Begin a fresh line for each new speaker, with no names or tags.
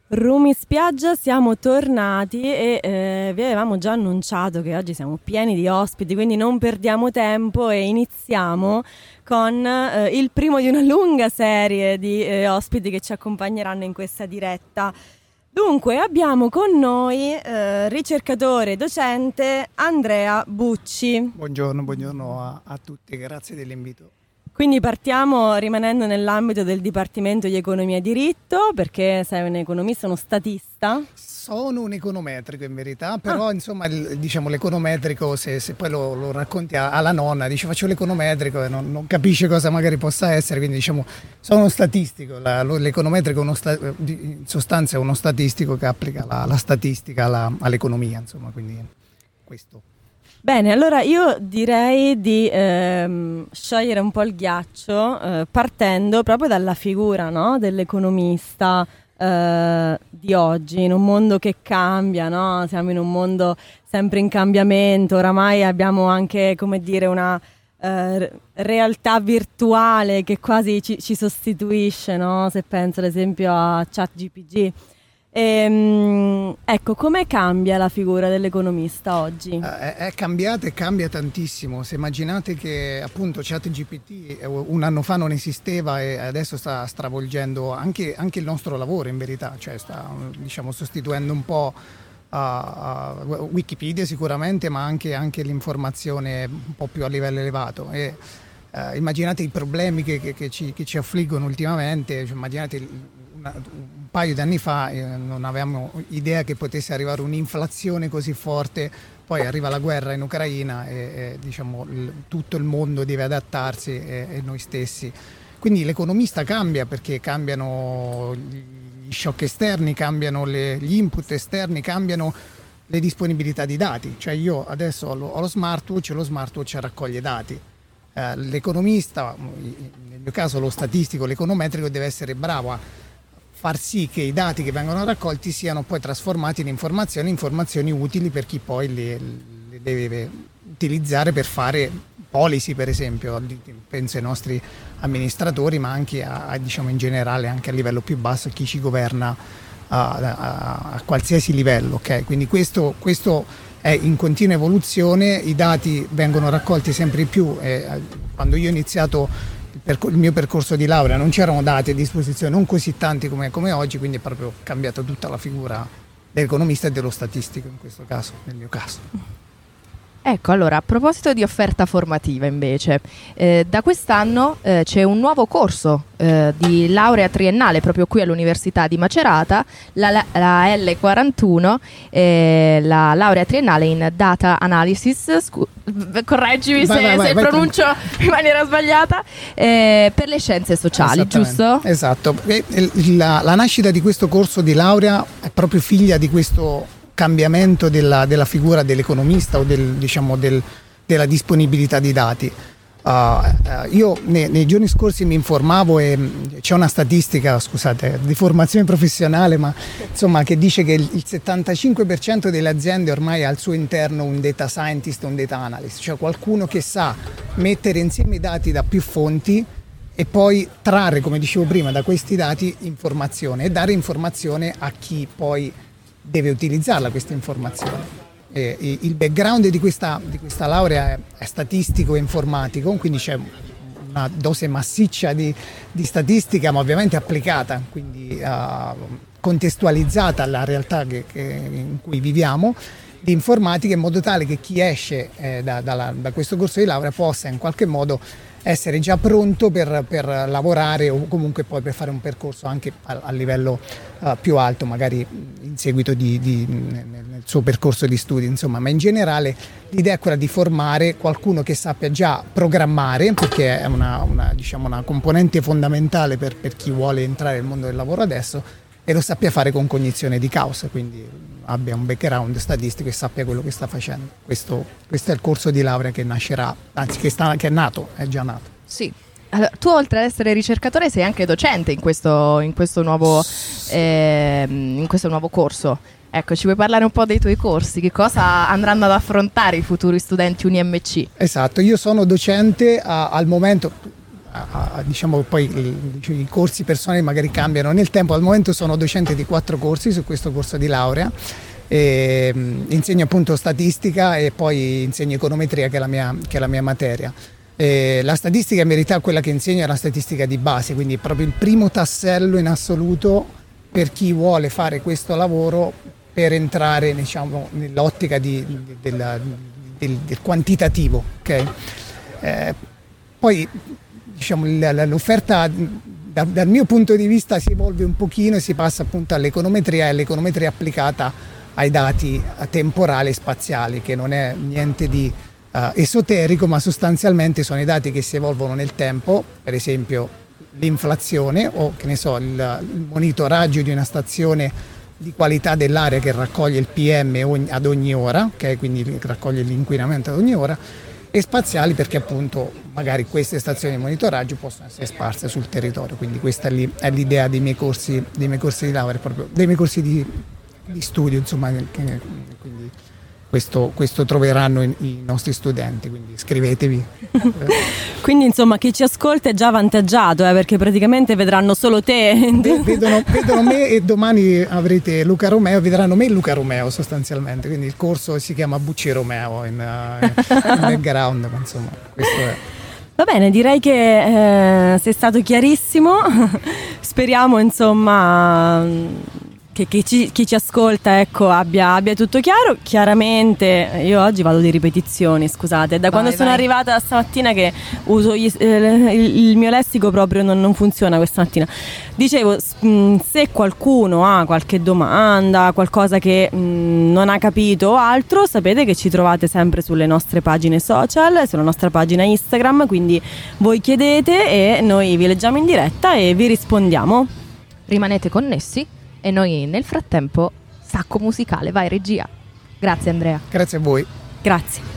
Rumi Spiaggia, siamo tornati e vi avevamo già annunciato che oggi siamo pieni di ospiti, quindi non perdiamo tempo e iniziamo con il primo di una lunga serie di ospiti che ci accompagneranno in questa diretta. Dunque abbiamo con noi ricercatore e docente Andrea Bucci.
Buongiorno a tutti, grazie dell'invito.
Quindi partiamo rimanendo nell'ambito del Dipartimento di Economia e Diritto, perché sei un economista, uno statista?
Sono un econometrico in verità, però insomma diciamo l'econometrico se poi lo racconti alla nonna, dice faccio l'econometrico e non capisce cosa magari possa essere, quindi diciamo sono uno statistico, l'econometrico in sostanza è uno statistico che applica la statistica all'economia, insomma, quindi questo.
Bene, allora io direi di sciogliere un po' il ghiaccio partendo proprio dalla figura, no, dell'economista di oggi, in un mondo che cambia, no? Siamo in un mondo sempre in cambiamento, oramai abbiamo anche, come dire, una realtà virtuale che quasi ci sostituisce, no? Se penso ad esempio a ChatGPT. Ecco, come cambia la figura dell'economista oggi?
È cambiata e cambia tantissimo. Se immaginate che appunto ChatGPT un anno fa non esisteva e adesso sta stravolgendo anche il nostro lavoro in verità, cioè sta diciamo sostituendo un po' Wikipedia sicuramente, ma anche l'informazione un po' più a livello elevato. Immaginate i problemi che ci affliggono ultimamente, cioè, immaginate un paio di anni fa non avevamo idea che potesse arrivare un'inflazione così forte, poi arriva la guerra in Ucraina e diciamo tutto il mondo deve adattarsi e noi stessi. Quindi l'economista cambia perché cambiano gli shock esterni, cambiano gli input esterni, cambiano le disponibilità di dati. Cioè io adesso ho lo smartwatch raccoglie dati. L'economista, nel mio caso lo statistico, l'econometrico deve essere bravo a far sì che i dati che vengono raccolti siano poi trasformati in informazioni utili per chi poi le deve utilizzare per fare policy, per esempio. Penso ai nostri amministratori, ma anche diciamo in generale anche a livello più basso, a chi ci governa a qualsiasi livello. Okay? Quindi questo è in continua evoluzione, i dati vengono raccolti sempre di più. Quando io ho iniziato il mio percorso di laurea non c'erano dati a disposizione, non così tanti come oggi, quindi è proprio cambiata tutta la figura dell'economista e dello statistico in questo caso, nel mio caso.
Ecco, allora, a proposito di offerta formativa invece, da quest'anno c'è un nuovo corso di laurea triennale proprio qui all'Università di Macerata, la L41, la laurea triennale in Data Analysis, correggimi se pronuncio in maniera sbagliata, per le scienze sociali, giusto?
Esatto, la nascita di questo corso di laurea è proprio figlia di questo cambiamento della figura dell'economista o della disponibilità di dati. Io nei giorni scorsi mi informavo e c'è una statistica, scusate, di formazione professionale, ma insomma che dice che il 75% delle aziende ormai ha al suo interno un data scientist o un data analyst, cioè qualcuno che sa mettere insieme i dati da più fonti e poi trarre, come dicevo prima, da questi dati informazione e dare informazione a chi poi deve utilizzarla questa informazione. Il background di questa laurea è statistico e informatico, quindi c'è una dose massiccia di statistica, ma ovviamente applicata, quindi contestualizzata alla realtà in cui viviamo, di informatica, in modo tale che chi esce da questo corso di laurea possa in qualche modo essere già pronto per lavorare o comunque poi per fare un percorso anche a livello più alto, magari in seguito nel suo percorso di studi, insomma. Ma in generale l'idea è quella di formare qualcuno che sappia già programmare, perché è una componente fondamentale per chi vuole entrare nel mondo del lavoro adesso, e lo sappia fare con cognizione di causa, quindi abbia un background statistico e sappia quello che sta facendo. Questo è il corso di laurea che nascerà, anzi che è nato, è già nato.
Sì. Allora, tu oltre ad essere ricercatore sei anche docente in questo nuovo corso. Ecco, ci vuoi parlare un po' dei tuoi corsi? Che cosa andranno ad affrontare i futuri studenti UniMC?
Esatto, io sono docente al momento. diciamo poi i corsi personali magari cambiano nel tempo. Al momento sono docente di 4 corsi su questo corso di laurea. Insegno appunto statistica e poi insegno econometria, che è la mia materia. La statistica in verità quella che insegno è la statistica di base, quindi è proprio il primo tassello in assoluto per chi vuole fare questo lavoro per entrare, diciamo, nell'ottica del quantitativo, okay? Poi diciamo l'offerta dal mio punto di vista si evolve un pochino e si passa appunto all'econometria, e all'econometria applicata ai dati temporali e spaziali, che non è niente di esoterico, ma sostanzialmente sono i dati che si evolvono nel tempo, per esempio l'inflazione o che ne so, il monitoraggio di una stazione di qualità dell'aria che raccoglie il PM ad ogni ora, okay? Quindi raccoglie l'inquinamento ad ogni ora, e spaziali perché appunto magari queste stazioni di monitoraggio possono essere sparse sul territorio. Quindi questa è l'idea dei miei corsi di laurea, proprio dei miei corsi di studio, insomma, quindi questo troveranno i nostri studenti, quindi iscrivetevi.
Quindi insomma chi ci ascolta è già avvantaggiato, perché praticamente vedranno solo te.
Vedono me e domani avrete Luca Romeo, vedranno me e Luca Romeo sostanzialmente, quindi il corso si chiama Bucci Romeo in background, ma insomma questo è.
Va bene, direi che sei stato chiarissimo. Speriamo insomma che chi ci ascolta, ecco, abbia tutto chiaro. Chiaramente io oggi vado di ripetizioni, scusate, da quando sono arrivata stamattina che uso il mio lessico proprio non funziona questa mattina. Dicevo, se qualcuno ha qualche domanda, qualcosa che non ha capito o altro, sapete che ci trovate sempre sulle nostre pagine social, sulla nostra pagina Instagram, quindi voi chiedete e noi vi leggiamo in diretta e vi rispondiamo.
Rimanete connessi e noi nel frattempo, stacco musicale, vai regia. Grazie Andrea.
Grazie a voi.
Grazie.